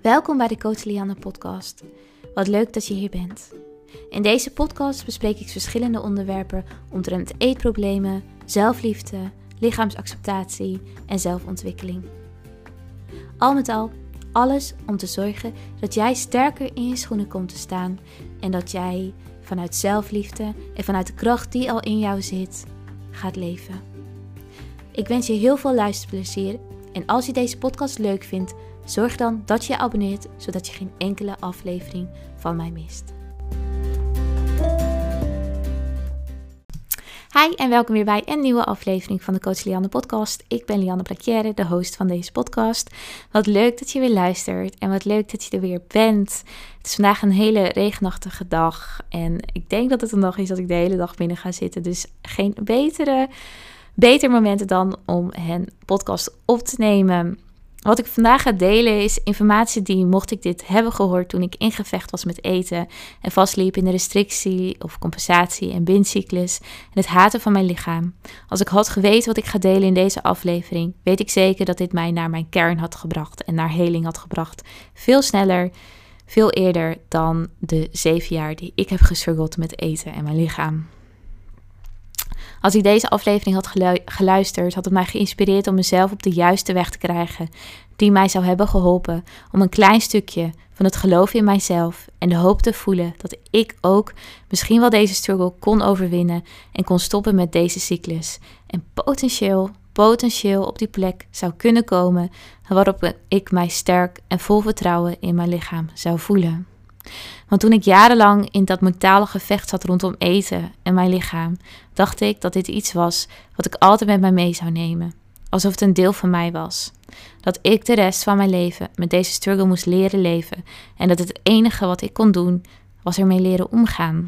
Welkom bij de Coach Lianne podcast. Wat leuk dat je hier bent. In deze podcast bespreek ik verschillende onderwerpen omtrent eetproblemen, zelfliefde, lichaamsacceptatie en zelfontwikkeling. Al met al, alles om te zorgen dat jij sterker in je schoenen komt te staan en dat jij vanuit zelfliefde en vanuit de kracht die al in jou zit, gaat leven. Ik wens je heel veel luisterplezier en als je deze podcast leuk vindt, zorg dan dat je je abonneert, zodat je geen enkele aflevering van mij mist. Hi en welkom weer bij een nieuwe aflevering van de Coach Lianne podcast. Ik ben Lianne Blakjere, de host van deze podcast. Wat leuk dat je weer luistert en wat leuk dat je er weer bent. Het is vandaag een hele regenachtige dag en ik denk dat het een dag is dat ik de hele dag binnen ga zitten. Dus geen beter momenten dan om een podcast op te nemen. Wat ik vandaag ga delen is informatie die, mocht ik dit hebben gehoord toen ik in gevecht was met eten en vastliep in de restrictie of compensatie en binge-cyclus en het haten van mijn lichaam. Als ik had geweten wat ik ga delen in deze aflevering, weet ik zeker dat dit mij naar mijn kern had gebracht en naar heling had gebracht. Veel sneller, veel eerder dan de 7 jaar die ik heb gestruggeld met eten en mijn lichaam. Als ik deze aflevering had geluisterd, had het mij geïnspireerd om mezelf op de juiste weg te krijgen, die mij zou hebben geholpen om een klein stukje van het geloof in mijzelf en de hoop te voelen dat ik ook misschien wel deze struggle kon overwinnen en kon stoppen met deze cyclus. En potentieel op die plek zou kunnen komen waarop ik mij sterk en vol vertrouwen in mijn lichaam zou voelen. Want toen ik jarenlang in dat mentale gevecht zat rondom eten en mijn lichaam, dacht ik dat dit iets was wat ik altijd met mij mee zou nemen. Alsof het een deel van mij was. Dat ik de rest van mijn leven met deze struggle moest leren leven. En dat het enige wat ik kon doen, was ermee leren omgaan.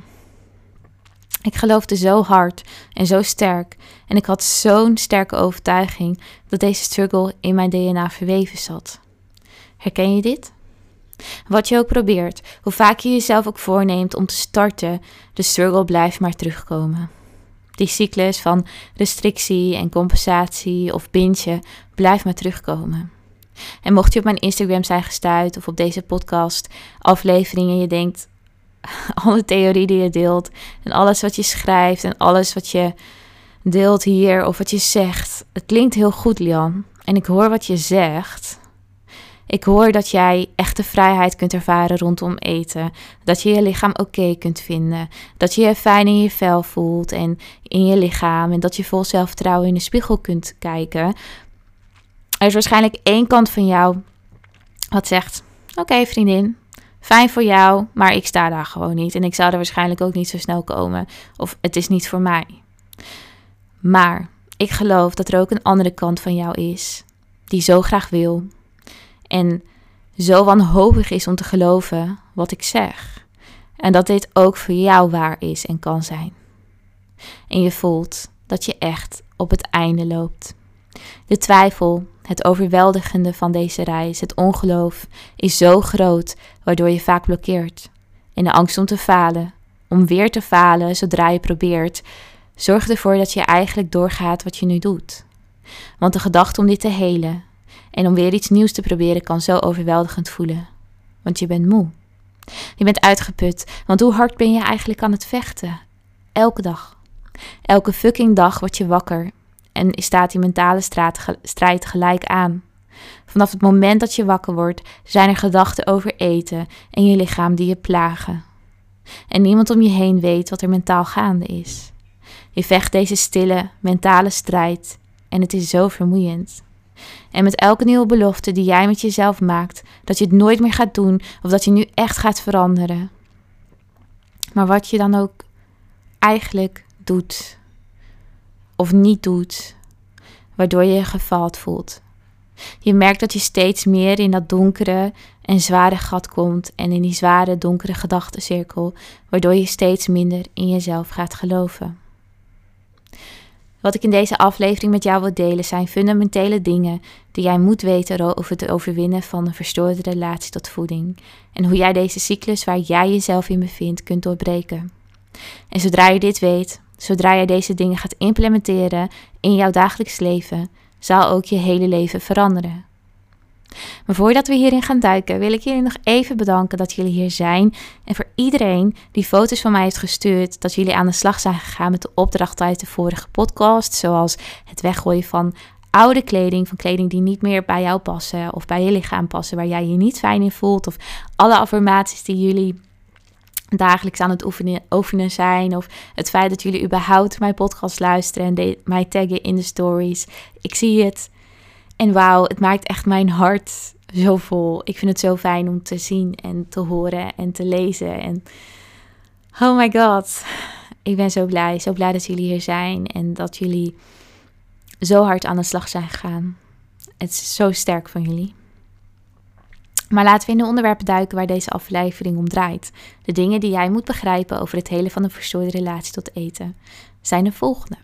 Ik geloofde zo hard en zo sterk. En ik had zo'n sterke overtuiging dat deze struggle in mijn DNA verweven zat. Herken je dit? Wat je ook probeert, hoe vaak je jezelf ook voorneemt om te starten, de struggle blijft maar terugkomen. Die cyclus van restrictie en compensatie of bingen blijft maar terugkomen. En mocht je op mijn Instagram zijn gestuurd of op deze podcast aflevering en je denkt, alle theorie die je deelt en alles wat je schrijft en alles wat je deelt hier of wat je zegt, het klinkt heel goed, Lian. En ik hoor wat je zegt. Ik hoor dat jij echte vrijheid kunt ervaren rondom eten. Dat je je lichaam oké kunt vinden. Dat je je fijn in je vel voelt en in je lichaam. En dat je vol zelfvertrouwen in de spiegel kunt kijken. Er is waarschijnlijk één kant van jou wat zegt, oké, vriendin, fijn voor jou, maar ik sta daar gewoon niet. En ik zou er waarschijnlijk ook niet zo snel komen. Of het is niet voor mij. Maar ik geloof dat er ook een andere kant van jou is. Die zo graag wil. En zo wanhopig is om te geloven wat ik zeg. En dat dit ook voor jou waar is en kan zijn. En je voelt dat je echt op het einde loopt. De twijfel, het overweldigende van deze reis, het ongeloof is zo groot waardoor je vaak blokkeert. En de angst om te falen, om weer te falen zodra je probeert, zorgt ervoor dat je eigenlijk doorgaat wat je nu doet. Want de gedachte om dit te helen en om weer iets nieuws te proberen kan zo overweldigend voelen. Want je bent moe. Je bent uitgeput. Want hoe hard ben je eigenlijk aan het vechten? Elke dag. Elke fucking dag word je wakker. En staat die mentale strijd gelijk aan. Vanaf het moment dat je wakker wordt, zijn er gedachten over eten en je lichaam die je plagen. En niemand om je heen weet wat er mentaal gaande is. Je vecht deze stille, mentale strijd. En het is zo vermoeiend. En met elke nieuwe belofte die jij met jezelf maakt, dat je het nooit meer gaat doen of dat je nu echt gaat veranderen. Maar wat je dan ook eigenlijk doet of niet doet, waardoor je je gefaald voelt. Je merkt dat je steeds meer in dat donkere en zware gat komt en in die zware donkere gedachtencirkel, waardoor je steeds minder in jezelf gaat geloven. Wat ik in deze aflevering met jou wil delen zijn fundamentele dingen die jij moet weten over het overwinnen van een verstoorde relatie tot voeding. En hoe jij deze cyclus waar jij jezelf in bevindt kunt doorbreken. En zodra je dit weet, zodra jij deze dingen gaat implementeren in jouw dagelijks leven, zal ook je hele leven veranderen. Maar voordat we hierin gaan duiken, wil ik jullie nog even bedanken dat jullie hier zijn. En voor iedereen die foto's van mij heeft gestuurd, dat jullie aan de slag zijn gegaan met de opdrachten uit de vorige podcast. Zoals het weggooien van oude kleding, van kleding die niet meer bij jou passen of bij je lichaam passen, waar jij je niet fijn in voelt. Of alle affirmaties die jullie dagelijks aan het oefenen zijn. Of het feit dat jullie überhaupt mijn podcast luisteren en mij taggen in de stories. Ik zie het. En wauw, het maakt echt mijn hart zo vol. Ik vind het zo fijn om te zien en te horen en te lezen. En oh my god, ik ben zo blij. Zo blij dat jullie hier zijn en dat jullie zo hard aan de slag zijn gegaan. Het is zo sterk van jullie. Maar laten we in de onderwerpen duiken waar deze aflevering om draait. De dingen die jij moet begrijpen over het hele van een verstoorde relatie tot eten zijn de volgende.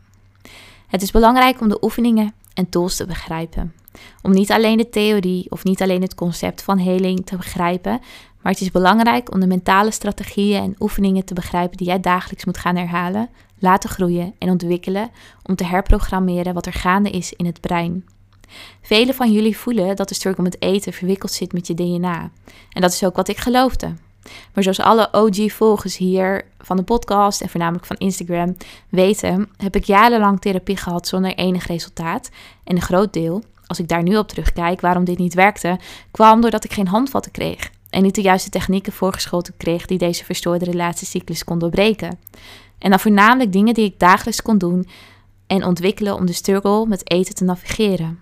Het is belangrijk om de oefeningen en tools te begrijpen. Om niet alleen de theorie of niet alleen het concept van heling te begrijpen, maar het is belangrijk om de mentale strategieën en oefeningen te begrijpen die jij dagelijks moet gaan herhalen, laten groeien en ontwikkelen om te herprogrammeren wat er gaande is in het brein. Velen van jullie voelen dat de struggle met eten verwikkeld zit met je DNA. En dat is ook wat ik geloofde. Maar zoals alle OG-volgers hier van de podcast en voornamelijk van Instagram weten, heb ik jarenlang therapie gehad zonder enig resultaat. En een groot deel, als ik daar nu op terugkijk waarom dit niet werkte, kwam doordat ik geen handvatten kreeg. En niet de juiste technieken voorgeschoten kreeg die deze verstoorde relatiecyclus kon doorbreken. En dan voornamelijk dingen die ik dagelijks kon doen en ontwikkelen om de struggle met eten te navigeren.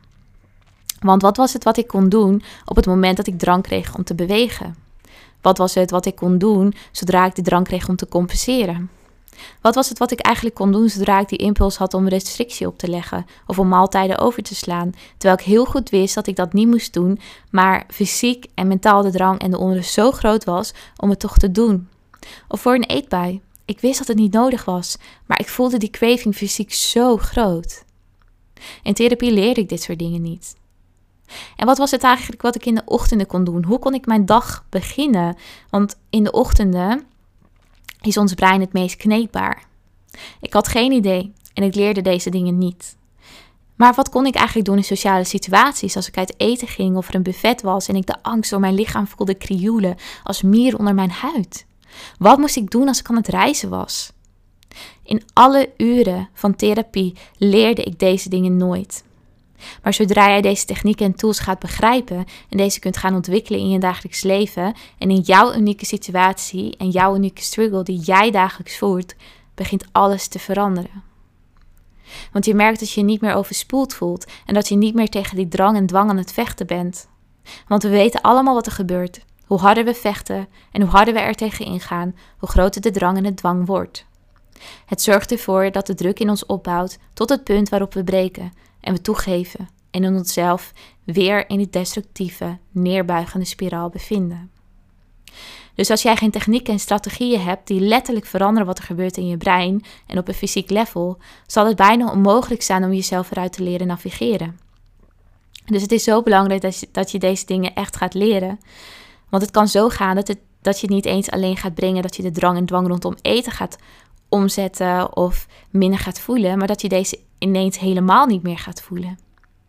Want wat was het wat ik kon doen op het moment dat ik drang kreeg om te bewegen? Wat was het wat ik kon doen zodra ik de drang kreeg om te compenseren? Wat was het wat ik eigenlijk kon doen zodra ik die impuls had om restrictie op te leggen of om maaltijden over te slaan, terwijl ik heel goed wist dat ik dat niet moest doen, maar fysiek en mentaal de drang en de onrust zo groot was om het toch te doen? Of voor een eetbui. Ik wist dat het niet nodig was, maar ik voelde die craving fysiek zo groot. In therapie leerde ik dit soort dingen niet. En wat was het eigenlijk wat ik in de ochtenden kon doen? Hoe kon ik mijn dag beginnen? Want in de ochtenden is ons brein het meest kneedbaar. Ik had geen idee en ik leerde deze dingen niet. Maar wat kon ik eigenlijk doen in sociale situaties? Als ik uit eten ging of er een buffet was en ik de angst door mijn lichaam voelde krioelen als mier onder mijn huid. Wat moest ik doen als ik aan het reizen was? In alle uren van therapie leerde ik deze dingen nooit. Maar zodra jij deze technieken en tools gaat begrijpen en deze kunt gaan ontwikkelen in je dagelijks leven en in jouw unieke situatie en jouw unieke struggle die jij dagelijks voert, begint alles te veranderen. Want je merkt dat je je niet meer overspoeld voelt en dat je niet meer tegen die drang en dwang aan het vechten bent. Want we weten allemaal wat er gebeurt. Hoe harder we vechten en hoe harder we er tegen ingaan, hoe groter de drang en de dwang wordt. Het zorgt ervoor dat de druk in ons opbouwt tot het punt waarop we breken en we toegeven en in onszelf weer in die destructieve, neerbuigende spiraal bevinden. Dus als jij geen technieken en strategieën hebt die letterlijk veranderen wat er gebeurt in je brein en op een fysiek level, zal het bijna onmogelijk zijn om jezelf eruit te leren navigeren. Dus het is zo belangrijk dat je deze dingen echt gaat leren. Want het kan zo gaan dat je het niet eens alleen gaat brengen, dat je de drang en dwang rondom eten gaat omzetten of minder gaat voelen, maar dat je deze ineens helemaal niet meer gaat voelen.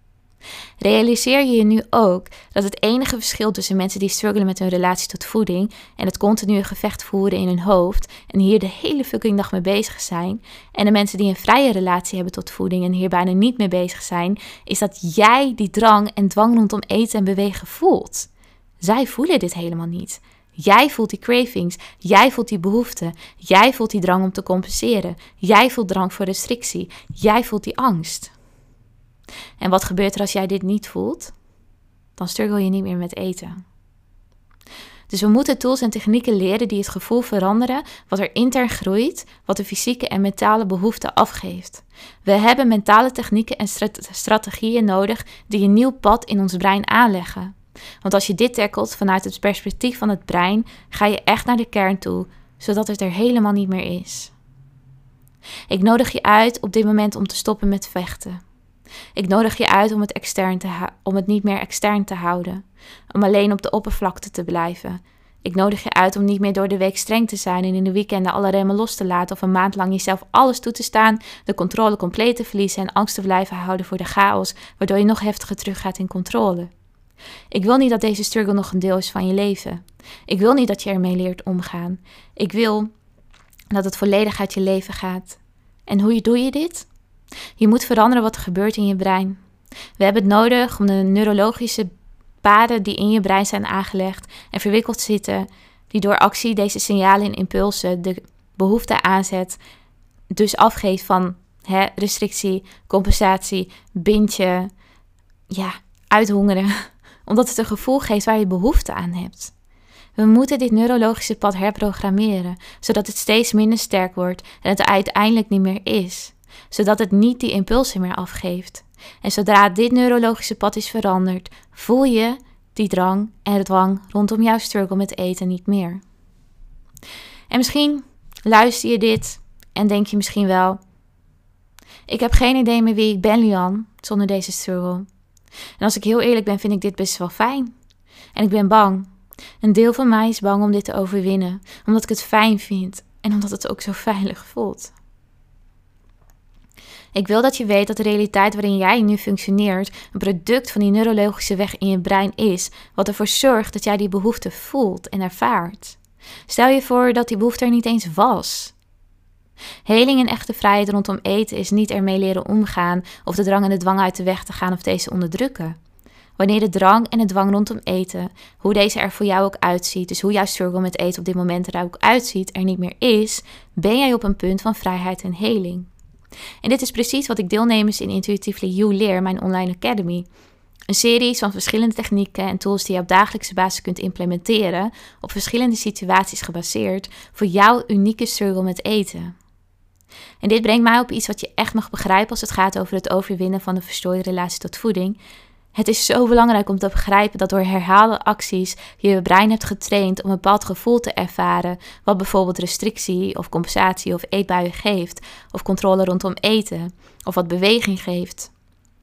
Realiseer je nu ook dat het enige verschil tussen mensen die struggelen met hun relatie tot voeding en het continue gevecht voeren in hun hoofd en hier de hele fucking dag mee bezig zijn, en de mensen die een vrije relatie hebben tot voeding en hier bijna niet mee bezig zijn, is dat jij die drang en dwang rondom eten en bewegen voelt. Zij voelen dit helemaal niet. Jij voelt die cravings, jij voelt die behoefte, jij voelt die drang om te compenseren, jij voelt drang voor restrictie, jij voelt die angst. En wat gebeurt er als jij dit niet voelt? Dan struggle je niet meer met eten. Dus we moeten tools en technieken leren die het gevoel veranderen, wat er intern groeit, wat de fysieke en mentale behoeften afgeeft. We hebben mentale technieken en strategieën nodig die een nieuw pad in ons brein aanleggen. Want als je dit tackelt vanuit het perspectief van het brein, ga je echt naar de kern toe, zodat het er helemaal niet meer is. Ik nodig je uit op dit moment om te stoppen met vechten. Ik nodig je uit om het niet meer extern te houden, om alleen op de oppervlakte te blijven. Ik nodig je uit om niet meer door de week streng te zijn en in de weekenden alle remmen los te laten of een maand lang jezelf alles toe te staan, de controle compleet te verliezen en angst te blijven houden voor de chaos, waardoor je nog heftiger teruggaat in controle. Ik wil niet dat deze struggle nog een deel is van je leven. Ik wil niet dat je ermee leert omgaan. Ik wil dat het volledig uit je leven gaat. En hoe doe je dit? Je moet veranderen wat er gebeurt in je brein. We hebben het nodig om de neurologische paden die in je brein zijn aangelegd en verwikkeld zitten, die door actie deze signalen en impulsen de behoefte aanzet, dus afgeeft van restrictie, compensatie, bintje, uithongeren, omdat het een gevoel geeft waar je behoefte aan hebt. We moeten dit neurologische pad herprogrammeren, zodat het steeds minder sterk wordt en het uiteindelijk niet meer is, zodat het niet die impulsen meer afgeeft. En zodra dit neurologische pad is veranderd, voel je die drang en dwang rondom jouw struggle met eten niet meer. En misschien luister je dit en denk je misschien wel, ik heb geen idee meer wie ik ben, Lian, zonder deze struggle. En als ik heel eerlijk ben, vind ik dit best wel fijn. En ik ben bang. Een deel van mij is bang om dit te overwinnen, omdat ik het fijn vind en omdat het ook zo veilig voelt. Ik wil dat je weet dat de realiteit waarin jij nu functioneert een product van die neurologische weg in je brein is, wat ervoor zorgt dat jij die behoefte voelt en ervaart. Stel je voor dat die behoefte er niet eens was. Heling en echte vrijheid rondom eten is niet ermee leren omgaan of de drang en de dwang uit de weg te gaan of deze onderdrukken. Wanneer de drang en de dwang rondom eten, hoe deze er voor jou ook uitziet, dus hoe jouw struggle met eten op dit moment er ook uitziet, er niet meer is, ben jij op een punt van vrijheid en heling. En dit is precies wat ik deelnemers in Intuitively You leer, mijn online academy. Een serie van verschillende technieken en tools die je op dagelijkse basis kunt implementeren, op verschillende situaties gebaseerd, voor jouw unieke struggle met eten. En dit brengt mij op iets wat je echt mag begrijpen als het gaat over het overwinnen van de verstoorde relatie tot voeding. Het is zo belangrijk om te begrijpen dat door herhaalde acties je je brein hebt getraind om een bepaald gevoel te ervaren, wat bijvoorbeeld restrictie of compensatie of eetbuien geeft, of controle rondom eten, of wat beweging geeft.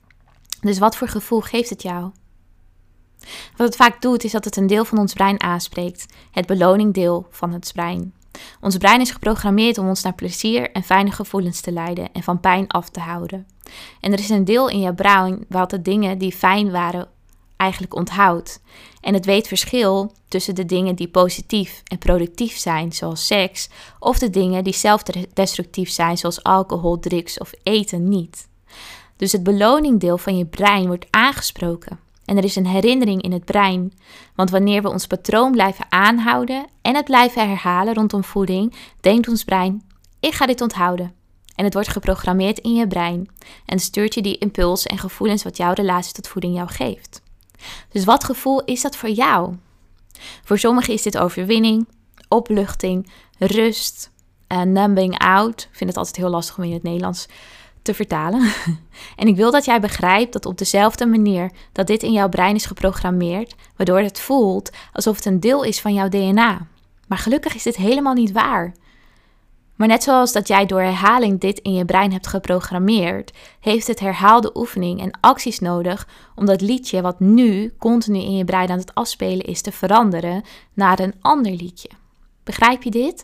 Dus wat voor gevoel geeft het jou? Wat het vaak doet, is dat het een deel van ons brein aanspreekt, het beloningdeel van het brein. Ons brein is geprogrammeerd om ons naar plezier en fijne gevoelens te leiden en van pijn af te houden. En er is een deel in jouw brein wat de dingen die fijn waren eigenlijk onthoudt. En het weet verschil tussen de dingen die positief en productief zijn, zoals seks, of de dingen die zelfdestructief zijn, zoals alcohol, drugs of eten niet. Dus het beloningdeel van je brein wordt aangesproken. En er is een herinnering in het brein. Want wanneer we ons patroon blijven aanhouden en het blijven herhalen rondom voeding, denkt ons brein, ik ga dit onthouden. En het wordt geprogrammeerd in je brein en stuurt je die impulsen en gevoelens wat jouw relatie tot voeding jou geeft. Dus wat gevoel is dat voor jou? Voor sommigen is dit overwinning, opluchting, rust, numbing out. Ik vind het altijd heel lastig om in het Nederlands te vertalen. En ik wil dat jij begrijpt dat op dezelfde manier dat dit in jouw brein is geprogrammeerd, waardoor het voelt alsof het een deel is van jouw DNA. Maar gelukkig is dit helemaal niet waar. Maar net zoals dat jij door herhaling dit in je brein hebt geprogrammeerd, heeft het herhaalde oefening en acties nodig om dat liedje wat nu continu in je brein aan het afspelen is te veranderen naar een ander liedje. Begrijp je dit?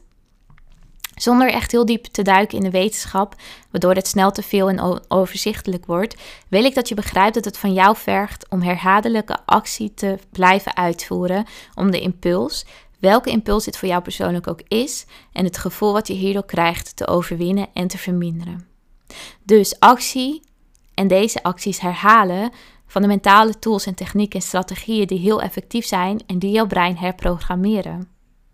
Zonder echt heel diep te duiken in de wetenschap, waardoor het snel te veel en overzichtelijk wordt, wil ik dat je begrijpt dat het van jou vergt om herhaaldelijke actie te blijven uitvoeren om de impuls, welke impuls dit voor jou persoonlijk ook is, en het gevoel wat je hierdoor krijgt te overwinnen en te verminderen. Dus actie en deze acties herhalen van de mentale tools en technieken en strategieën die heel effectief zijn en die jouw brein herprogrammeren.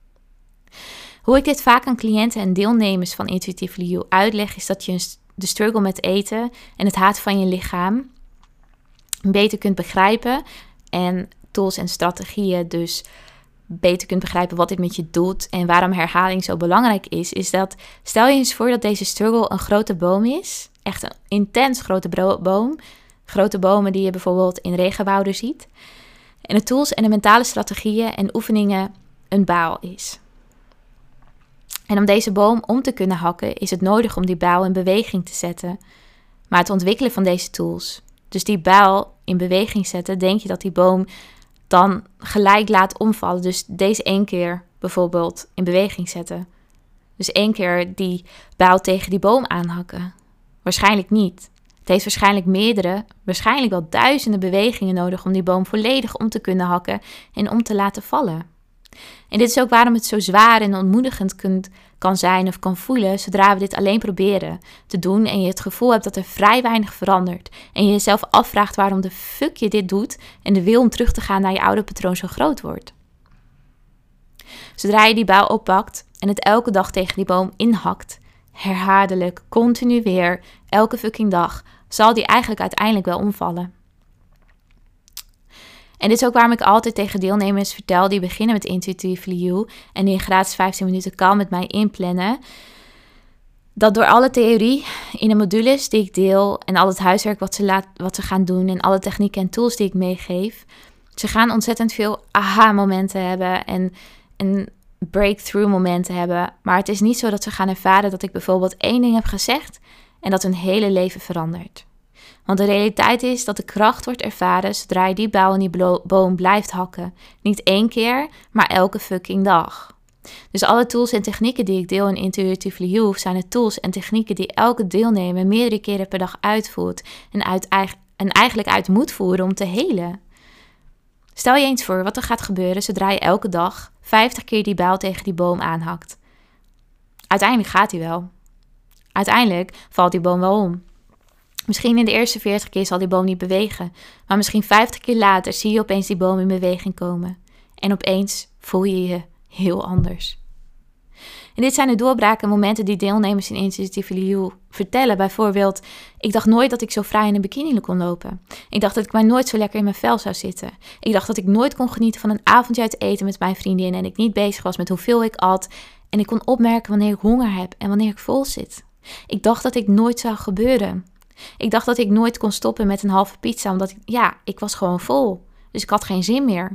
Hoe ik dit vaak aan cliënten en deelnemers van Intuitively You uitleg, is dat je de struggle met eten en het haat van je lichaam beter kunt begrijpen en tools en strategieën dus beter kunt begrijpen wat dit met je doet en waarom herhaling zo belangrijk is dat, stel je eens voor dat deze struggle een grote boom is, echt een intens grote boom, grote bomen die je bijvoorbeeld in regenwouden ziet, en de tools en de mentale strategieën en oefeningen een baal is. En om deze boom om te kunnen hakken is het nodig om die bijl in beweging te zetten. Maar het ontwikkelen van deze tools, dus die bijl in beweging zetten, denk je dat die boom dan gelijk laat omvallen. Dus deze 1 keer bijvoorbeeld in beweging zetten. Dus 1 keer die bijl tegen die boom aanhakken. Waarschijnlijk niet. heeft waarschijnlijk wel duizenden bewegingen nodig om die boom volledig om te kunnen hakken en om te laten vallen. En dit is ook waarom het zo zwaar en ontmoedigend kan zijn of kan voelen zodra we dit alleen proberen te doen en je het gevoel hebt dat er vrij weinig verandert en je jezelf afvraagt waarom de fuck je dit doet en de wil om terug te gaan naar je oude patroon zo groot wordt. Zodra je die bijl oppakt en het elke dag tegen die boom inhakt, herhaaldelijk, continu weer, elke fucking dag, zal die eigenlijk uiteindelijk wel omvallen. En dit is ook waarom ik altijd tegen deelnemers vertel die beginnen met Intuitively You en die een gratis 15 minuten call met mij inplannen, dat door alle theorie in de modules die ik deel en al het huiswerk wat ze gaan doen en alle technieken en tools die ik meegeef, ze gaan ontzettend veel aha-momenten hebben en breakthrough momenten hebben. Maar het is niet zo dat ze gaan ervaren dat ik bijvoorbeeld 1 ding heb gezegd en dat hun hele leven verandert. Want de realiteit is dat de kracht wordt ervaren zodra je die bijl in die boom blijft hakken. Niet 1 keer, maar elke fucking dag. Dus alle tools en technieken die ik deel in Intuitively You zijn de tools en technieken die elke deelnemer meerdere keren per dag uitvoert en eigenlijk uit moet voeren om te helen. Stel je eens voor wat er gaat gebeuren zodra je elke dag 50 keer die bijl tegen die boom aanhakt. Uiteindelijk gaat hij wel. Uiteindelijk valt die boom wel om. Misschien in de eerste 40 keer zal die boom niet bewegen, maar misschien 50 keer later zie je opeens die boom in beweging komen. En opeens voel je je heel anders. En dit zijn de doorbraken momenten die deelnemers in Intuitively You vertellen. Bijvoorbeeld, ik dacht nooit dat ik zo vrij in een bikini kon lopen. Ik dacht dat ik maar nooit zo lekker in mijn vel zou zitten. Ik dacht dat ik nooit kon genieten van een avondje uit eten met mijn vriendin en ik niet bezig was met hoeveel ik at. En ik kon opmerken wanneer ik honger heb en wanneer ik vol zit. Ik dacht dat dit nooit zou gebeuren. Ik dacht dat ik nooit kon stoppen met een halve pizza, omdat ik was gewoon vol. Dus ik had geen zin meer.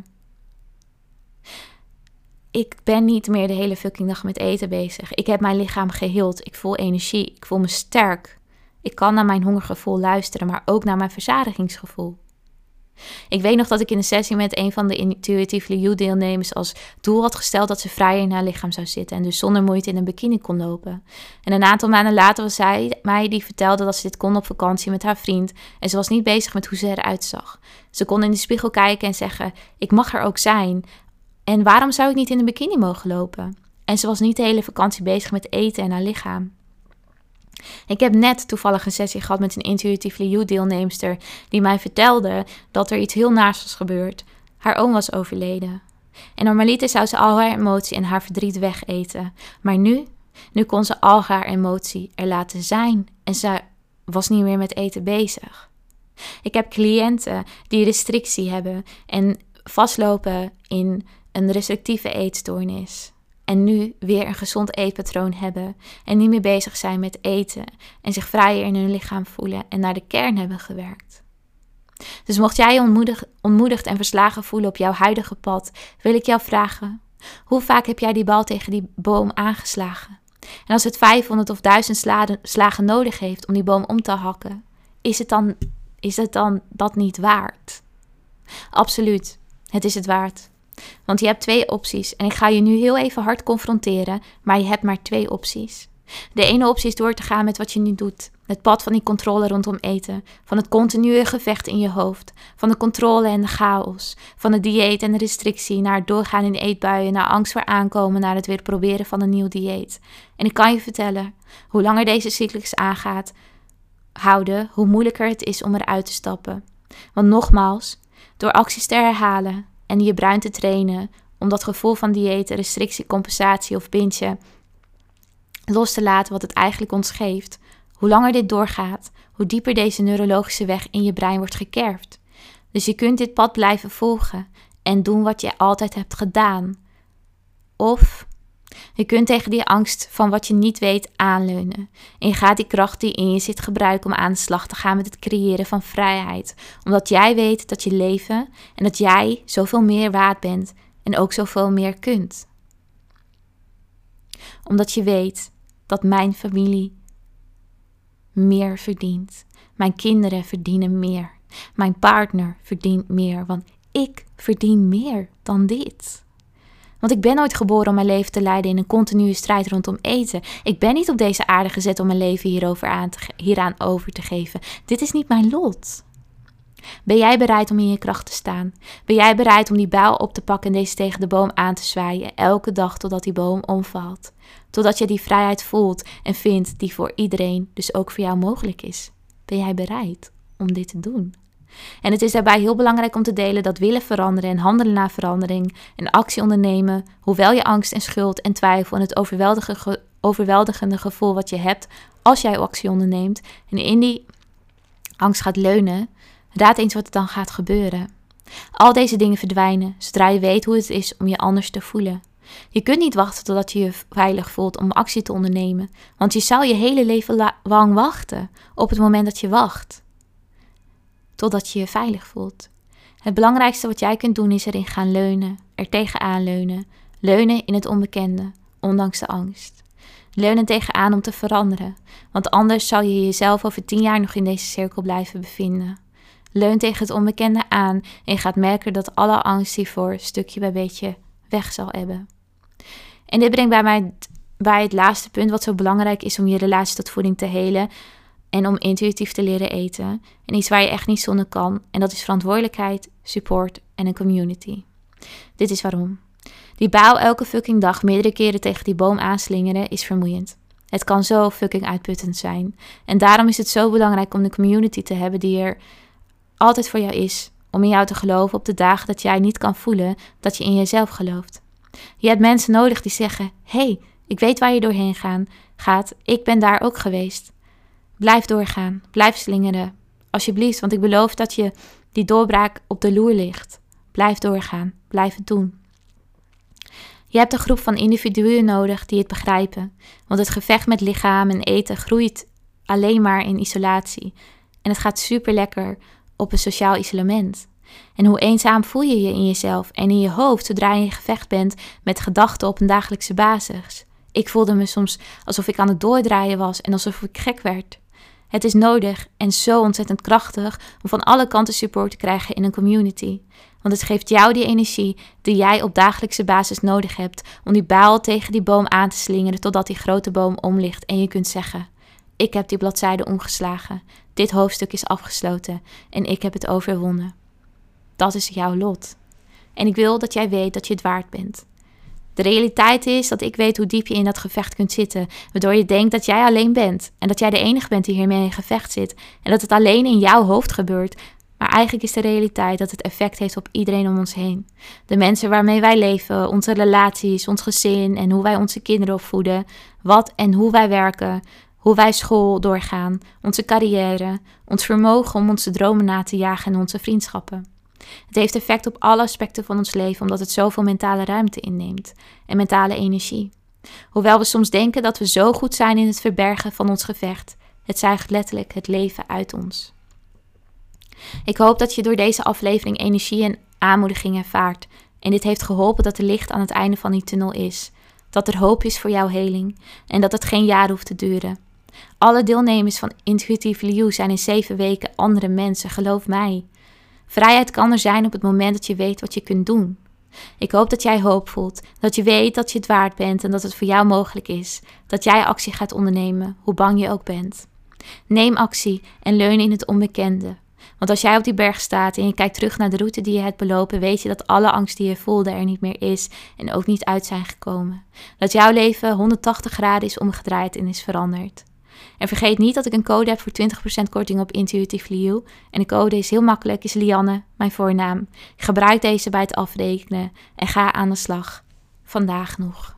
Ik ben niet meer de hele fucking dag met eten bezig. Ik heb mijn lichaam geheeld. Ik voel energie. Ik voel me sterk. Ik kan naar mijn hongergevoel luisteren, maar ook naar mijn verzadigingsgevoel. Ik weet nog dat ik in een sessie met een van de Intuitively You deelnemers als doel had gesteld dat ze vrijer in haar lichaam zou zitten en dus zonder moeite in een bikini kon lopen. En een aantal maanden later was zij mij die vertelde dat ze dit kon op vakantie met haar vriend en ze was niet bezig met hoe ze eruit zag. Ze kon in de spiegel kijken en zeggen, ik mag er ook zijn. En waarom zou ik niet in een bikini mogen lopen? En ze was niet de hele vakantie bezig met eten en haar lichaam. Ik heb net toevallig een sessie gehad met een Intuitively You deelnemster die mij vertelde dat er iets heel naars was gebeurd. Haar oom was overleden. En normaliter zou ze al haar emotie en haar verdriet wegeten. Maar nu kon ze al haar emotie er laten zijn en ze was niet meer met eten bezig. Ik heb cliënten die restrictie hebben en vastlopen in een restrictieve eetstoornis. En nu weer een gezond eetpatroon hebben en niet meer bezig zijn met eten en zich vrijer in hun lichaam voelen en naar de kern hebben gewerkt. Dus mocht jij je ontmoedigd en verslagen voelen op jouw huidige pad, wil ik jou vragen, hoe vaak heb jij die bal tegen die boom aangeslagen? En als het 500 of 1000 slagen nodig heeft om die boom om te hakken, is het dan dat niet waard? Absoluut, het is het waard. Want je hebt 2 opties en ik ga je nu heel even hard confronteren, maar je hebt maar 2 opties. De ene optie is door te gaan met wat je nu doet. Het pad van die controle rondom eten, van het continue gevecht in je hoofd, van de controle en de chaos, van het dieet en de restrictie naar het doorgaan in eetbuien, naar angst voor aankomen, naar het weer proberen van een nieuw dieet. En ik kan je vertellen, hoe langer deze cyclus aangaat, houden, hoe moeilijker het is om eruit te stappen. Want nogmaals, door acties te herhalen en je brein te trainen om dat gevoel van dieet, restrictie, compensatie of bintje los te laten wat het eigenlijk ons geeft. Hoe langer dit doorgaat, hoe dieper deze neurologische weg in je brein wordt gekerfd. Dus je kunt dit pad blijven volgen en doen wat je altijd hebt gedaan. Of je kunt tegen die angst van wat je niet weet aanleunen. En je gaat die kracht die in je zit gebruiken om aan de slag te gaan met het creëren van vrijheid. Omdat jij weet dat je leven en dat jij zoveel meer waard bent en ook zoveel meer kunt. Omdat je weet dat mijn familie meer verdient. Mijn kinderen verdienen meer. Mijn partner verdient meer, want ik verdien meer dan dit. Want ik ben nooit geboren om mijn leven te leiden in een continue strijd rondom eten. Ik ben niet op deze aarde gezet om mijn leven hieraan over te geven. Dit is niet mijn lot. Ben jij bereid om in je kracht te staan? Ben jij bereid om die bijl op te pakken en deze tegen de boom aan te zwaaien, elke dag totdat die boom omvalt? Totdat je die vrijheid voelt en vindt die voor iedereen, dus ook voor jou mogelijk is. Ben jij bereid om dit te doen? En het is daarbij heel belangrijk om te delen dat willen veranderen en handelen naar verandering en actie ondernemen, hoewel je angst en schuld en twijfel en het overweldigende gevoel wat je hebt als jij actie onderneemt en in die angst gaat leunen, raad eens wat er dan gaat gebeuren. Al deze dingen verdwijnen zodra je weet hoe het is om je anders te voelen. Je kunt niet wachten totdat je je veilig voelt om actie te ondernemen, want je zou je hele leven lang wachten op het moment dat je wacht. Totdat je je veilig voelt. Het belangrijkste wat jij kunt doen is erin gaan leunen, er tegenaan leunen. Leunen in het onbekende, ondanks de angst. Leunen tegenaan om te veranderen, want anders zal je jezelf over 10 jaar nog in deze cirkel blijven bevinden. Leun tegen het onbekende aan en je gaat merken dat alle angst hiervoor stukje bij beetje weg zal ebben. En dit brengt bij het laatste punt wat zo belangrijk is om je relatie tot voeding te helen en om intuïtief te leren eten. En iets waar je echt niet zonder kan. En dat is verantwoordelijkheid, support en een community. Dit is waarom. Die bijl elke fucking dag meerdere keren tegen die boom aanslingeren is vermoeiend. Het kan zo fucking uitputtend zijn. En daarom is het zo belangrijk om de community te hebben die er altijd voor jou is. Om in jou te geloven op de dagen dat jij niet kan voelen dat je in jezelf gelooft. Je hebt mensen nodig die zeggen, hey, ik weet waar je doorheen gaat. Ik ben daar ook geweest. Blijf doorgaan. Blijf slingeren. Alsjeblieft, want ik beloof dat je die doorbraak op de loer ligt. Blijf doorgaan. Blijf het doen. Je hebt een groep van individuen nodig die het begrijpen. Want het gevecht met lichaam en eten groeit alleen maar in isolatie. En het gaat super lekker op een sociaal isolement. En hoe eenzaam voel je je in jezelf en in je hoofd zodra je in gevecht bent met gedachten op een dagelijkse basis. Ik voelde me soms alsof ik aan het doordraaien was en alsof ik gek werd. Het is nodig en zo ontzettend krachtig om van alle kanten support te krijgen in een community. Want het geeft jou die energie die jij op dagelijkse basis nodig hebt om die bijl tegen die boom aan te slingeren totdat die grote boom omligt en je kunt zeggen, ik heb die bladzijde omgeslagen, dit hoofdstuk is afgesloten en ik heb het overwonnen. Dat is jouw lot. En ik wil dat jij weet dat je het waard bent. De realiteit is dat ik weet hoe diep je in dat gevecht kunt zitten, waardoor je denkt dat jij alleen bent en dat jij de enige bent die hiermee in gevecht zit en dat het alleen in jouw hoofd gebeurt. Maar eigenlijk is de realiteit dat het effect heeft op iedereen om ons heen. De mensen waarmee wij leven, onze relaties, ons gezin en hoe wij onze kinderen opvoeden, wat en hoe wij werken, hoe wij school doorgaan, onze carrière, ons vermogen om onze dromen na te jagen en onze vriendschappen. Het heeft effect op alle aspecten van ons leven omdat het zoveel mentale ruimte inneemt en mentale energie. Hoewel we soms denken dat we zo goed zijn in het verbergen van ons gevecht, het zuigt letterlijk het leven uit ons. Ik hoop dat je door deze aflevering energie en aanmoediging ervaart en dit heeft geholpen dat er licht aan het einde van die tunnel is, dat er hoop is voor jouw heling en dat het geen jaar hoeft te duren. Alle deelnemers van Intuitive You zijn in 7 weken andere mensen, geloof mij. Vrijheid kan er zijn op het moment dat je weet wat je kunt doen. Ik hoop dat jij hoop voelt, dat je weet dat je het waard bent en dat het voor jou mogelijk is, dat jij actie gaat ondernemen, hoe bang je ook bent. Neem actie en leun in het onbekende. Want als jij op die berg staat en je kijkt terug naar de route die je hebt belopen, weet je dat alle angst die je voelde er niet meer is en ook niet uit zijn gekomen. Dat jouw leven 180 graden is omgedraaid en is veranderd. En vergeet niet dat ik een code heb voor 20% korting op Intuitive You. En de code is heel makkelijk, is Lianne, mijn voornaam. Gebruik deze bij het afrekenen en ga aan de slag. Vandaag nog.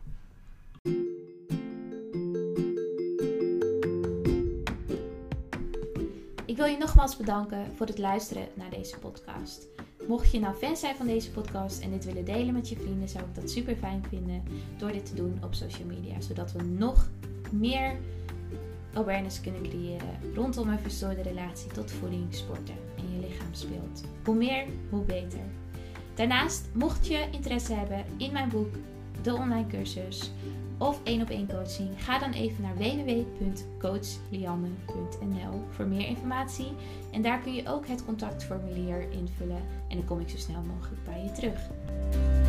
Ik wil je nogmaals bedanken voor het luisteren naar deze podcast. Mocht je nou fan zijn van deze podcast en dit willen delen met je vrienden, zou ik dat super fijn vinden door dit te doen op social media. Zodat we nog meer awareness kunnen creëren rondom een verstoorde relatie tot voeding, sporten en je lichaamsbeeld. Hoe meer, hoe beter. Daarnaast, mocht je interesse hebben in mijn boek, de online cursus of 1-op-1 coaching, ga dan even naar www.coachlianne.nl voor meer informatie. En daar kun je ook het contactformulier invullen en dan kom ik zo snel mogelijk bij je terug.